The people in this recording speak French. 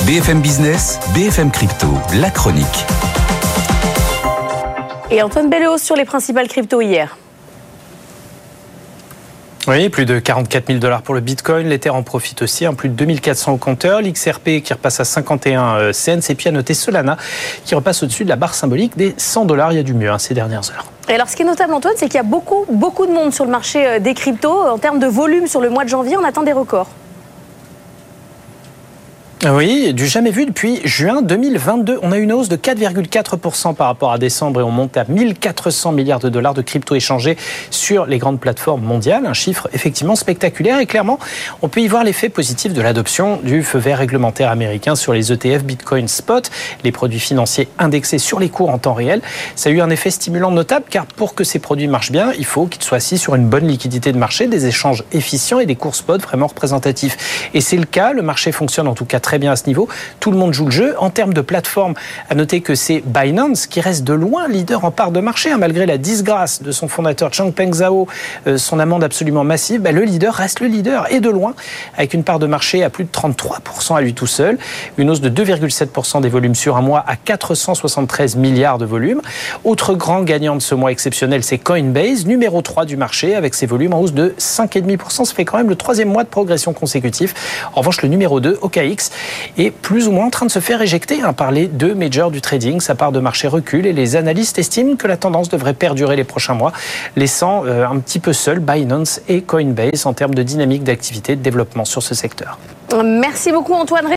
BFM Business, BFM Crypto, la chronique. Et Antoine Belléos sur les principales cryptos hier. Oui, plus de 44 000 $ pour le Bitcoin. L'Ether en profite aussi, plus de 2400 au compteur. L'XRP qui repasse à 51 cents. Et puis à noter Solana qui repasse au-dessus de la barre symbolique des 100 $. Il y a du mieux ces dernières heures. Et alors, ce qui est notable, Antoine, c'est qu'il y a beaucoup de monde sur le marché des cryptos. En termes de volume sur le mois de janvier, on attend des records. Oui, du jamais vu depuis juin 2022. On a une hausse de 4,4% par rapport à décembre et on monte à 1400 milliards $ de crypto échangés sur les grandes plateformes mondiales. Un chiffre effectivement spectaculaire et clairement, on peut y voir l'effet positif de l'adoption du feu vert réglementaire américain sur les ETF Bitcoin Spot, les produits financiers indexés sur les cours en temps réel. Ça a eu un effet stimulant notable car pour que ces produits marchent bien, il faut qu'ils soient assis sur une bonne liquidité de marché, des échanges efficients et des cours spot vraiment représentatifs. Et c'est le cas, le marché fonctionne en tout cas très bien à ce niveau. Tout le monde joue le jeu. En termes de plateforme, à noter que c'est Binance qui reste de loin leader en part de marché, malgré la disgrâce de son fondateur Changpeng Zhao, son amende absolument massive. Le leader reste le leader et de loin, avec une part de marché à plus de 33% à lui tout seul. Une hausse de 2,7% des volumes sur un mois à 473 milliards de volumes. Autre grand gagnant de ce mois exceptionnel, c'est Coinbase, numéro 3 du marché, avec ses volumes en hausse de 5,5%. Ça fait quand même le troisième mois de progression consécutif. En revanche, le numéro 2, OKX, est plus ou moins en train de se faire éjecter par les deux majors du trading. Sa part de marché recule et les analystes estiment que la tendance devrait perdurer les prochains mois, laissant un petit peu seul Binance et Coinbase en termes de dynamique d'activité et de développement sur ce secteur. Merci beaucoup Antoine.